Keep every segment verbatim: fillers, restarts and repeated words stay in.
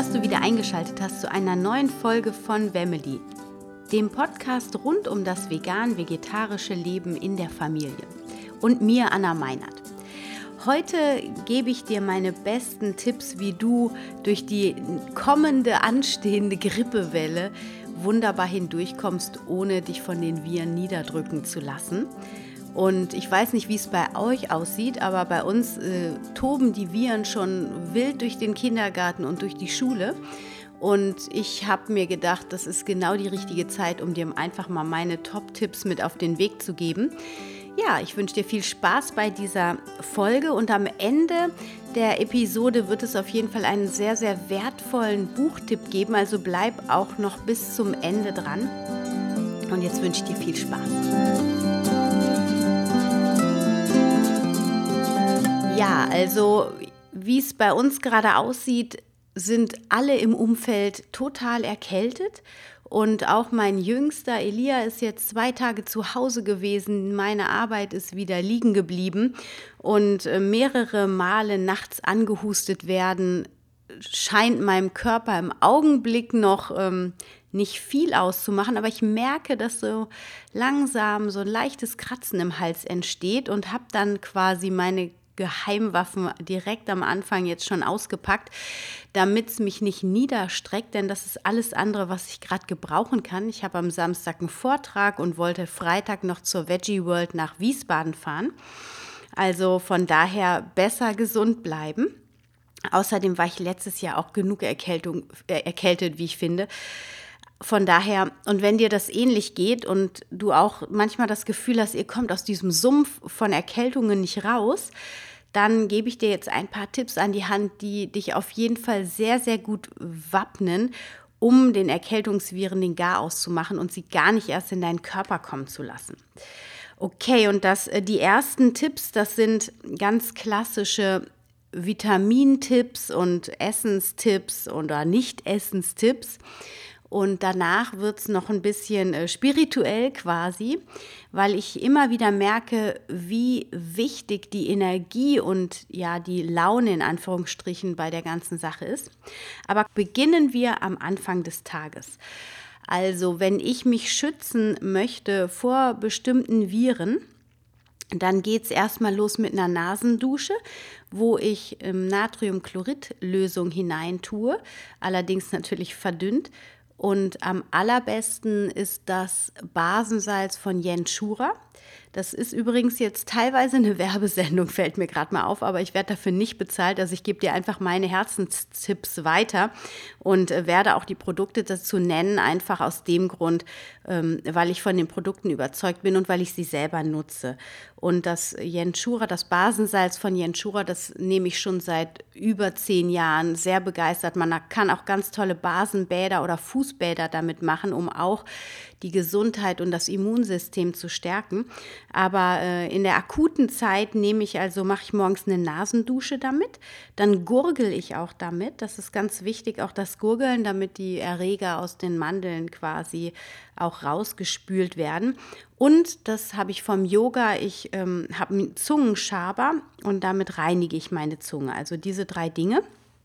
dass du wieder eingeschaltet hast zu einer neuen Folge von Wemmeli, dem Podcast rund um das vegan-vegetarische Leben in der Familie. Und mir, Anna Meinert. Heute gebe ich dir meine besten Tipps, wie du durch die kommende, anstehende Grippewelle wunderbar hindurchkommst, ohne dich von den Viren niederdrücken zu lassen. Und ich weiß nicht, wie es bei euch aussieht, aber bei uns äh, toben die Viren schon wild durch den Kindergarten und durch die Schule. Und ich habe mir gedacht, das ist genau die richtige Zeit, um dir einfach mal meine Top-Tipps mit auf den Weg zu geben. Ja, ich wünsche dir viel Spaß bei dieser Folge und am Ende der Episode wird es auf jeden Fall einen sehr, sehr wertvollen Buchtipp geben. Also bleib auch noch bis zum Ende dran. Und jetzt wünsche ich dir viel Spaß. Ja, also wie es bei uns gerade aussieht, sind alle im Umfeld total erkältet und auch mein Jüngster Elia ist jetzt zwei Tage zu Hause gewesen. Meine Arbeit ist wieder liegen geblieben und mehrere Male nachts angehustet werden, scheint meinem Körper im Augenblick noch ähm, nicht viel auszumachen, aber ich merke, dass so langsam so ein leichtes Kratzen im Hals entsteht und habe dann quasi meine Geheimwaffen direkt am Anfang jetzt schon ausgepackt, damit es mich nicht niederstreckt, denn das ist alles andere, was ich gerade gebrauchen kann. Ich habe am Samstag einen Vortrag und wollte Freitag noch zur Veggie World nach Wiesbaden fahren. Also von daher besser gesund bleiben. Außerdem war ich letztes Jahr auch genug Erkältung, äh, erkältet, wie ich finde. Von daher, und wenn dir das ähnlich geht und du auch manchmal das Gefühl hast, ihr kommt aus diesem Sumpf von Erkältungen nicht raus, dann gebe ich dir jetzt ein paar Tipps an die Hand, die dich auf jeden Fall sehr, sehr gut wappnen, um den Erkältungsviren den Garaus zu machen und sie gar nicht erst in deinen Körper kommen zu lassen. Okay, und das, die ersten Tipps, das sind ganz klassische Vitamintipps und Essenstipps oder Nicht-Essenstipps. Und danach wird es noch ein bisschen äh, spirituell quasi, weil ich immer wieder merke, wie wichtig die Energie und ja die Laune in Anführungsstrichen bei der ganzen Sache ist. Aber beginnen wir am Anfang des Tages. Also wenn ich mich schützen möchte vor bestimmten Viren, dann geht es erstmal los mit einer Nasendusche, wo ich ähm, Natriumchlorid-Lösung hineintue, allerdings natürlich verdünnt. Und am allerbesten ist das Basensalz von Jenschura. Das ist übrigens jetzt teilweise eine Werbesendung, fällt mir gerade mal auf, aber ich werde dafür nicht bezahlt. Also ich gebe dir einfach meine Herzenstipps weiter und werde auch die Produkte dazu nennen, einfach aus dem Grund, weil ich von den Produkten überzeugt bin und weil ich sie selber nutze. Und das Jenschura, das Basensalz von Jenschura, das nehme ich schon seit über zehn Jahren, sehr begeistert. Man kann auch ganz tolle Basenbäder oder Fußbäder damit machen, um auch die Gesundheit und das Immunsystem zu stärken. Aber äh, in der akuten Zeit nehme ich also, mache ich morgens eine Nasendusche damit, dann gurgel ich auch damit. Das ist ganz wichtig, auch das Gurgeln, damit die Erreger aus den Mandeln quasi auch rausgespült werden. Und das habe ich vom Yoga, ich ähm, habe einen Zungenschaber und damit reinige ich meine Zunge. Also diese drei Dinge.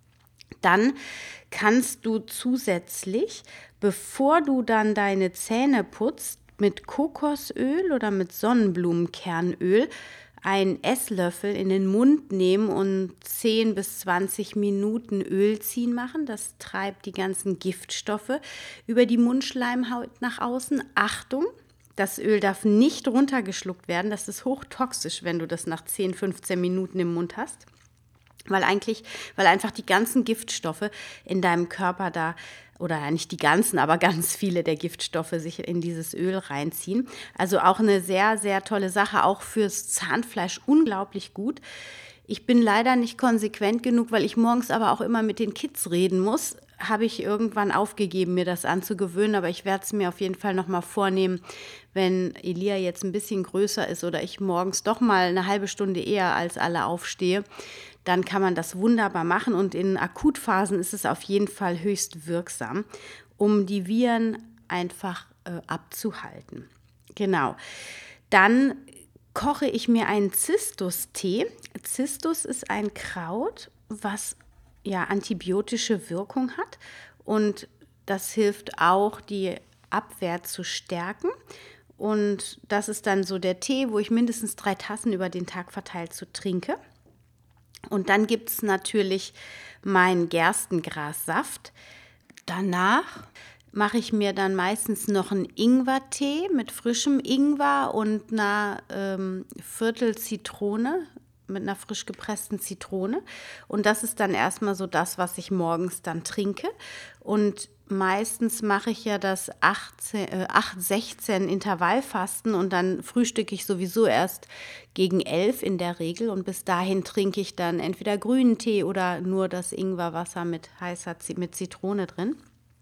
Dann kannst du zusätzlich, bevor du dann deine Zähne putzt, mit Kokosöl oder mit Sonnenblumenkernöl einen Esslöffel in den Mund nehmen und zehn bis zwanzig Minuten Öl ziehen machen. Das treibt die ganzen Giftstoffe über die Mundschleimhaut nach außen. Achtung! Das Öl darf nicht runtergeschluckt werden. Das ist hochtoxisch, wenn du das nach zehn, fünfzehn Minuten im Mund hast. Weil eigentlich, weil einfach die ganzen Giftstoffe in deinem Körper da, oder nicht die ganzen, aber ganz viele der Giftstoffe sich in dieses Öl reinziehen. Also auch eine sehr, sehr tolle Sache, auch fürs Zahnfleisch unglaublich gut. Ich bin leider nicht konsequent genug, weil ich morgens aber auch immer mit den Kids reden muss. Habe ich irgendwann aufgegeben, mir das anzugewöhnen, aber ich werde es mir auf jeden Fall nochmal vornehmen, wenn Elia jetzt ein bisschen größer ist oder ich morgens doch mal eine halbe Stunde eher als alle aufstehe, dann kann man das wunderbar machen und in Akutphasen ist es auf jeden Fall höchst wirksam, um die Viren einfach äh, abzuhalten. Genau. Dann koche ich mir einen Zistus-Tee. Zistus ist ein Kraut, was ja, antibiotische Wirkung hat und das hilft auch, die Abwehr zu stärken. Und das ist dann so der Tee, wo ich mindestens drei Tassen über den Tag verteilt zu trinke. Und dann gibt es natürlich meinen Gerstengrassaft. Danach mache ich mir dann meistens noch einen Ingwertee mit frischem Ingwer und einer ähm, Viertel Zitrone, mit einer frisch gepressten Zitrone. Und das ist dann erstmal so das, was ich morgens dann trinke. Und meistens mache ich ja das achtzehn, äh, acht sechzehn Intervallfasten und dann frühstücke ich sowieso erst gegen elf in der Regel. Und bis dahin trinke ich dann entweder grünen Tee oder nur das Ingwerwasser mit heißer Z- mit Zitrone drin.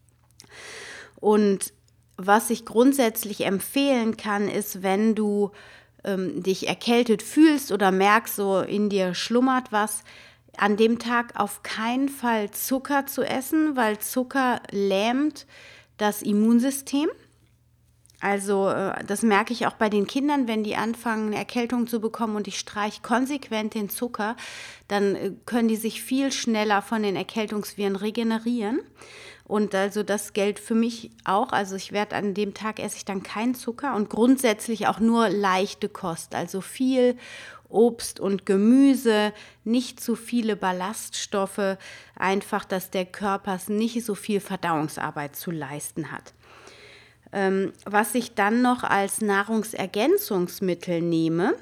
Und was ich grundsätzlich empfehlen kann, ist, wenn du ähm, dich erkältet fühlst oder merkst, so in dir schlummert was, an dem Tag auf keinen Fall Zucker zu essen, weil Zucker lähmt das Immunsystem. Also äh, das merke ich auch bei den Kindern, wenn die anfangen, eine Erkältung zu bekommen und ich streiche konsequent den Zucker, dann äh, können die sich viel schneller von den Erkältungsviren regenerieren. Und also das gilt für mich auch. Also ich werde an dem Tag esse ich dann keinen Zucker und grundsätzlich auch nur leichte Kost. Also viel Obst und Gemüse, nicht zu viele Ballaststoffe, einfach, dass der Körper nicht so viel Verdauungsarbeit zu leisten hat. Ähm, was ich dann noch als Nahrungsergänzungsmittel nehme,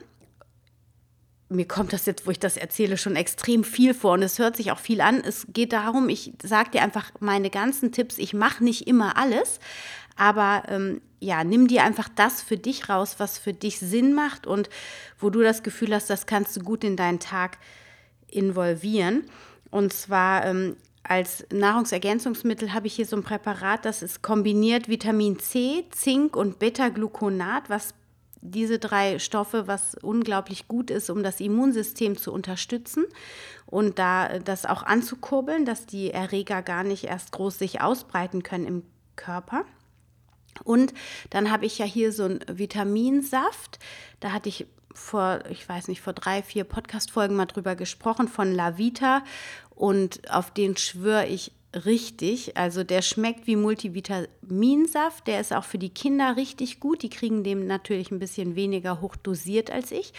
mir kommt das jetzt, wo ich das erzähle, schon extrem viel vor und es hört sich auch viel an. Es geht darum, ich sage dir einfach meine ganzen Tipps. Ich mache nicht immer alles, aber ähm, ja, nimm dir einfach das für dich raus, was für dich Sinn macht und wo du das Gefühl hast, das kannst du gut in deinen Tag involvieren. Und zwar ähm, als Nahrungsergänzungsmittel habe ich hier so ein Präparat, das ist kombiniert Vitamin C, Zink und Beta-Gluconat, was diese drei Stoffe, was unglaublich gut ist, um das Immunsystem zu unterstützen und da das auch anzukurbeln, dass die Erreger gar nicht erst groß sich ausbreiten können im Körper. Und dann habe ich ja hier so einen Vitaminsaft, da hatte ich vor, ich weiß nicht, vor drei, vier Podcast-Folgen mal drüber gesprochen, von LaVita und auf den schwöre ich richtig. Also der schmeckt wie Multivitaminsaft, der ist auch für die Kinder richtig gut, die kriegen den natürlich ein bisschen weniger hoch dosiert als ich,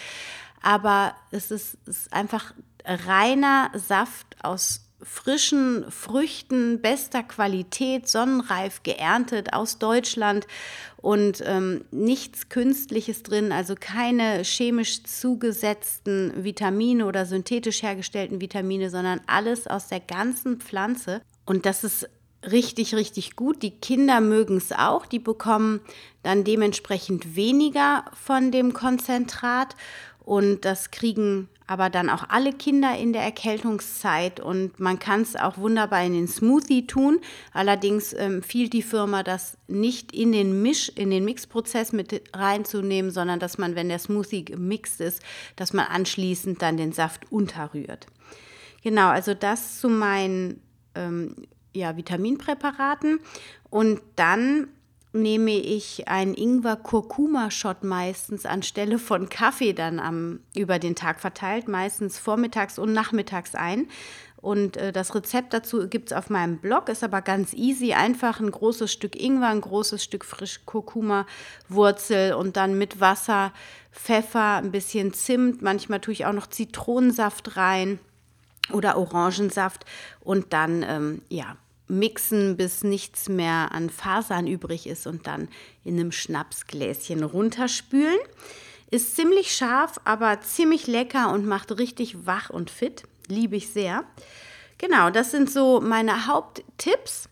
aber es ist, es ist einfach reiner Saft aus frischen Früchten bester Qualität, sonnenreif geerntet aus Deutschland und ähm, nichts Künstliches drin, also keine chemisch zugesetzten Vitamine oder synthetisch hergestellten Vitamine, sondern alles aus der ganzen Pflanze. Und das ist richtig, richtig gut. Die Kinder mögen es auch, die bekommen dann dementsprechend weniger von dem Konzentrat und das kriegen aber dann auch alle Kinder in der Erkältungszeit und man kann es auch wunderbar in den Smoothie tun. Allerdings empfiehlt die Firma, das nicht in den Misch, in den Mixprozess mit reinzunehmen, sondern dass man, wenn der Smoothie gemixt ist, dass man anschließend dann den Saft unterrührt. Genau, also das zu meinen ähm, ja, Vitaminpräparaten und dann nehme ich einen Ingwer-Kurkuma-Shot meistens anstelle von Kaffee dann am, über den Tag verteilt, meistens vormittags und nachmittags ein. Und äh, das Rezept dazu gibt es auf meinem Blog, ist aber ganz easy. Einfach ein großes Stück Ingwer, ein großes Stück frisch Kurkuma-Wurzel und dann mit Wasser, Pfeffer, ein bisschen Zimt. Manchmal tue ich auch noch Zitronensaft rein oder Orangensaft und dann, ähm, ja, mixen, bis nichts mehr an Fasern übrig ist und dann in einem Schnapsgläschen runterspülen. Ist ziemlich scharf, aber ziemlich lecker und macht richtig wach und fit. Liebe ich sehr. Genau, das sind so meine Haupttipps.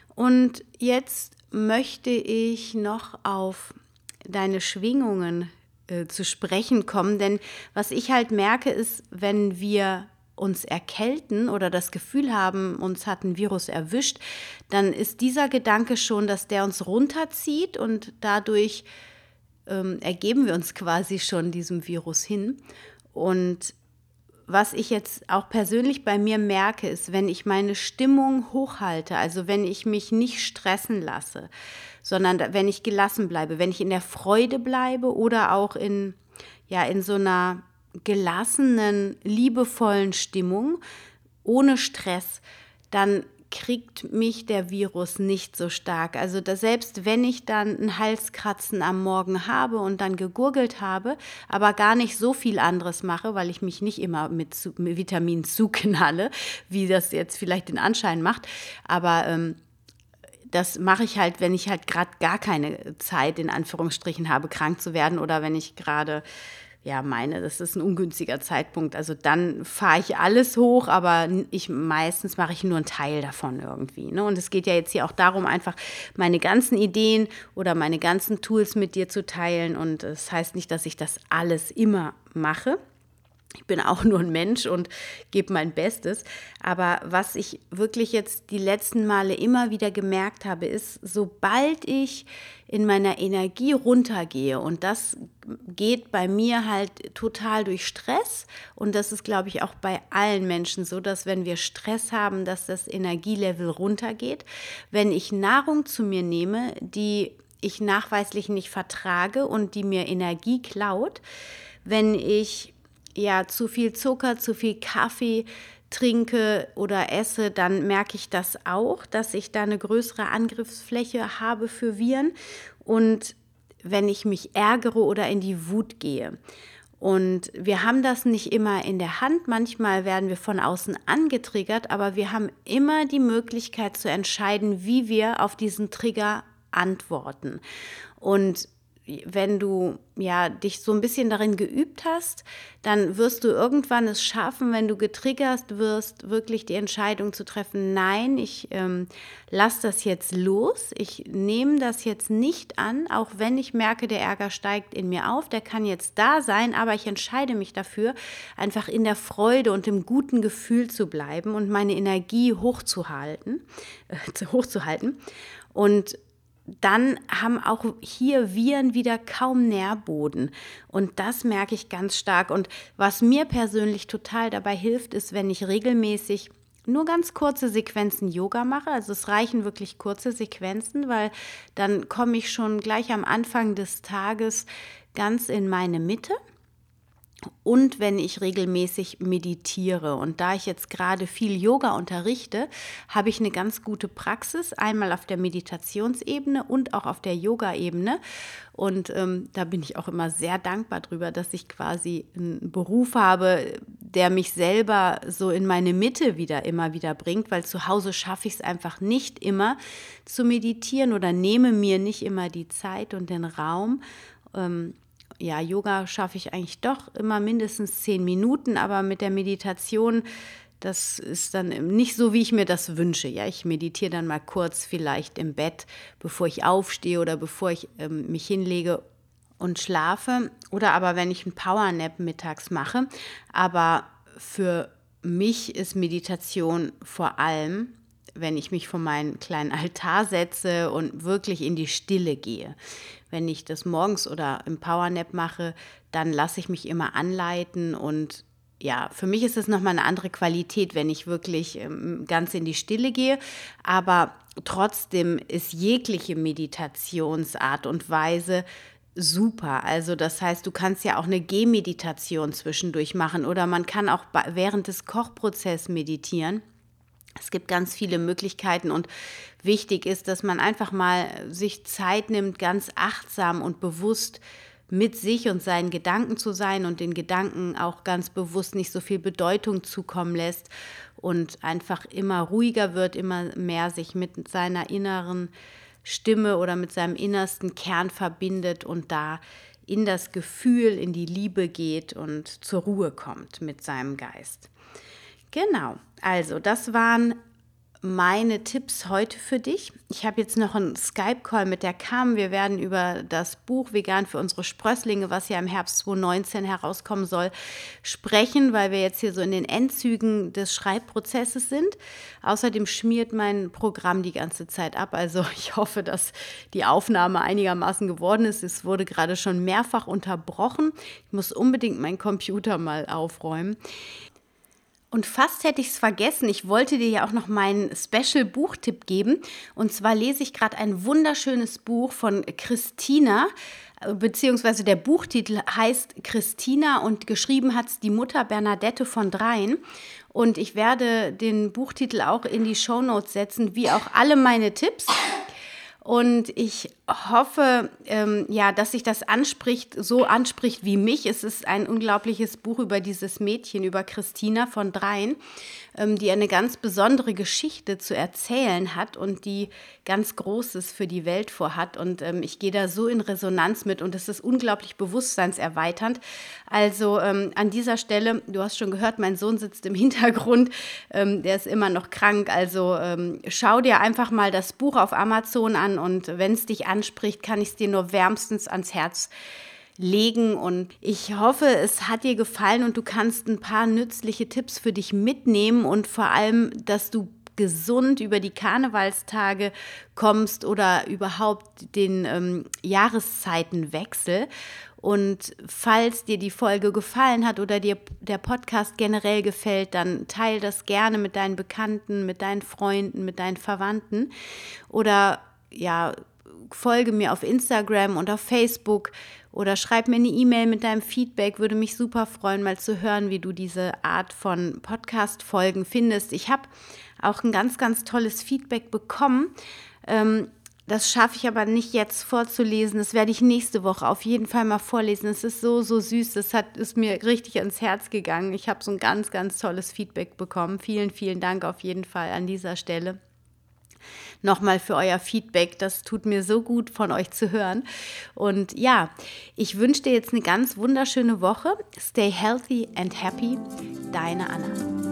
Und jetzt möchte ich noch auf deine Schwingungen äh, zu sprechen kommen. Denn was ich halt merke, ist, wenn wir uns erkälten oder das Gefühl haben, uns hat ein Virus erwischt, dann ist dieser Gedanke schon, dass der uns runterzieht und dadurch ähm, ergeben wir uns quasi schon diesem Virus hin. Und was ich jetzt auch persönlich bei mir merke, ist, wenn ich meine Stimmung hochhalte, also wenn ich mich nicht stressen lasse, sondern wenn ich gelassen bleibe, wenn ich in der Freude bleibe oder auch in, ja, in so einer gelassenen, liebevollen Stimmung, ohne Stress, dann kriegt mich der Virus nicht so stark. Also dass selbst wenn ich dann ein Halskratzen am Morgen habe und dann gegurgelt habe, aber gar nicht so viel anderes mache, weil ich mich nicht immer mit, zu, mit Vitaminen zuknalle, wie das jetzt vielleicht den Anschein macht, aber ähm, das mache ich halt, wenn ich halt gerade gar keine Zeit, in Anführungsstrichen, habe, krank zu werden oder wenn ich gerade ja, meine, das ist ein ungünstiger Zeitpunkt. Also dann fahre ich alles hoch, aber ich meistens mache ich nur einen Teil davon irgendwie. Ne? Und es geht ja jetzt hier auch darum, einfach meine ganzen Ideen oder meine ganzen Tools mit dir zu teilen. Und das heißt nicht, dass ich das alles immer mache. Ich bin auch nur ein Mensch und gebe mein Bestes. Aber was ich wirklich jetzt die letzten Male immer wieder gemerkt habe, ist, sobald ich in meiner Energie runtergehe, und das geht bei mir halt total durch Stress, und das ist, glaube ich, auch bei allen Menschen so, dass wenn wir Stress haben, dass das Energielevel runtergeht. Wenn ich Nahrung zu mir nehme, die ich nachweislich nicht vertrage und die mir Energie klaut, wenn ich ja, zu viel Zucker, zu viel Kaffee trinke oder esse, dann merke ich das auch, dass ich da eine größere Angriffsfläche habe für Viren. Und wenn ich mich ärgere oder in die Wut gehe. Und wir haben das nicht immer in der Hand. Manchmal werden wir von außen angetriggert, aber wir haben immer die Möglichkeit zu entscheiden, wie wir auf diesen Trigger antworten. Und wenn du ja, dich so ein bisschen darin geübt hast, dann wirst du irgendwann es schaffen, wenn du getriggert wirst, wirklich die Entscheidung zu treffen, nein, ich ähm, lasse das jetzt los, ich nehme das jetzt nicht an, auch wenn ich merke, der Ärger steigt in mir auf, der kann jetzt da sein, aber ich entscheide mich dafür, einfach in der Freude und im guten Gefühl zu bleiben und meine Energie hochzuhalten, äh, hochzuhalten. Und dann haben auch hier Viren wieder kaum Nährboden. Und das merke ich ganz stark. Und was mir persönlich total dabei hilft, ist, wenn ich regelmäßig nur ganz kurze Sequenzen Yoga mache. Also es reichen wirklich kurze Sequenzen, weil dann komme ich schon gleich am Anfang des Tages ganz in meine Mitte. Und wenn ich regelmäßig meditiere. Und da ich jetzt gerade viel Yoga unterrichte, habe ich eine ganz gute Praxis, einmal auf der Meditationsebene und auch auf der Yoga-Ebene. Und ähm, da bin ich auch immer sehr dankbar drüber, dass ich quasi einen Beruf habe, der mich selber so in meine Mitte wieder immer wieder bringt, weil zu Hause schaffe ich es einfach nicht immer zu meditieren oder nehme mir nicht immer die Zeit und den Raum. Ähm, Ja, Yoga schaffe ich eigentlich doch immer mindestens zehn Minuten, aber mit der Meditation, das ist dann nicht so, wie ich mir das wünsche. Ja, ich meditiere dann mal kurz vielleicht im Bett, bevor ich aufstehe oder bevor ich ähm, mich hinlege und schlafe. Oder aber wenn ich einen Powernap mittags mache. Aber für mich ist Meditation vor allem, wenn ich mich vor meinen kleinen Altar setze und wirklich in die Stille gehe. Wenn ich das morgens oder im Powernap mache, dann lasse ich mich immer anleiten und ja, für mich ist es nochmal eine andere Qualität, wenn ich wirklich ähm, ganz in die Stille gehe, aber trotzdem ist jegliche Meditationsart und Weise super. Also das heißt, du kannst ja auch eine Gehmeditation zwischendurch machen oder man kann auch während des Kochprozesses meditieren. Es gibt ganz viele Möglichkeiten und wichtig ist, dass man einfach mal sich Zeit nimmt, ganz achtsam und bewusst mit sich und seinen Gedanken zu sein und den Gedanken auch ganz bewusst nicht so viel Bedeutung zukommen lässt und einfach immer ruhiger wird, immer mehr sich mit seiner inneren Stimme oder mit seinem innersten Kern verbindet und da in das Gefühl, in die Liebe geht und zur Ruhe kommt mit seinem Geist. Genau, also das waren meine Tipps heute für dich. Ich habe jetzt noch einen Skype-Call mit der Carmen. Wir werden über das Buch Vegan für unsere Sprösslinge, was ja im Herbst zwanzig neunzehn herauskommen soll, sprechen, weil wir jetzt hier so in den Endzügen des Schreibprozesses sind. Außerdem schmiert mein Programm die ganze Zeit ab. Also ich hoffe, dass die Aufnahme einigermaßen geworden ist. Es wurde gerade schon mehrfach unterbrochen. Ich muss unbedingt meinen Computer mal aufräumen. Und fast hätte ich es vergessen, ich wollte dir ja auch noch meinen Special-Buchtipp geben. Und zwar lese ich gerade ein wunderschönes Buch von Christina, beziehungsweise der Buchtitel heißt Christina und geschrieben hat es die Mutter Bernadette von Dreien. Und ich werde den Buchtitel auch in die Shownotes setzen, wie auch alle meine Tipps. Und ich hoffe, ähm, ja, dass sich das anspricht, so anspricht wie mich. Es ist ein unglaubliches Buch über dieses Mädchen, über Christina von Dreien, ähm, die eine ganz besondere Geschichte zu erzählen hat und die ganz Großes für die Welt vorhat. Und ähm, ich gehe da so in Resonanz mit und es ist unglaublich bewusstseinserweiternd. Also ähm, an dieser Stelle, du hast schon gehört, mein Sohn sitzt im Hintergrund, ähm, der ist immer noch krank. Also ähm, schau dir einfach mal das Buch auf Amazon an. Und wenn es dich anspricht, kann ich es dir nur wärmstens ans Herz legen. Und ich hoffe, es hat dir gefallen und du kannst ein paar nützliche Tipps für dich mitnehmen und vor allem, dass du gesund über die Karnevalstage kommst oder überhaupt den ähm, Jahreszeitenwechsel. Und falls dir die Folge gefallen hat oder dir der Podcast generell gefällt, dann teile das gerne mit deinen Bekannten, mit deinen Freunden, mit deinen Verwandten oder ja, folge mir auf Instagram und auf Facebook oder schreib mir eine E-Mail mit deinem Feedback. Würde mich super freuen, mal zu hören, wie du diese Art von Podcast-Folgen findest. Ich habe auch ein ganz, ganz tolles Feedback bekommen. Ähm, das schaffe ich aber nicht jetzt vorzulesen. Das werde ich nächste Woche auf jeden Fall mal vorlesen. Es ist so, so süß. Das hat, ist mir richtig ans Herz gegangen. Ich habe so ein ganz, ganz tolles Feedback bekommen. Vielen, vielen Dank auf jeden Fall an dieser Stelle. Nochmal für euer Feedback, das tut mir so gut von euch zu hören. Und ja, ich wünsche dir jetzt eine ganz wunderschöne Woche. Stay healthy and happy, deine Anna.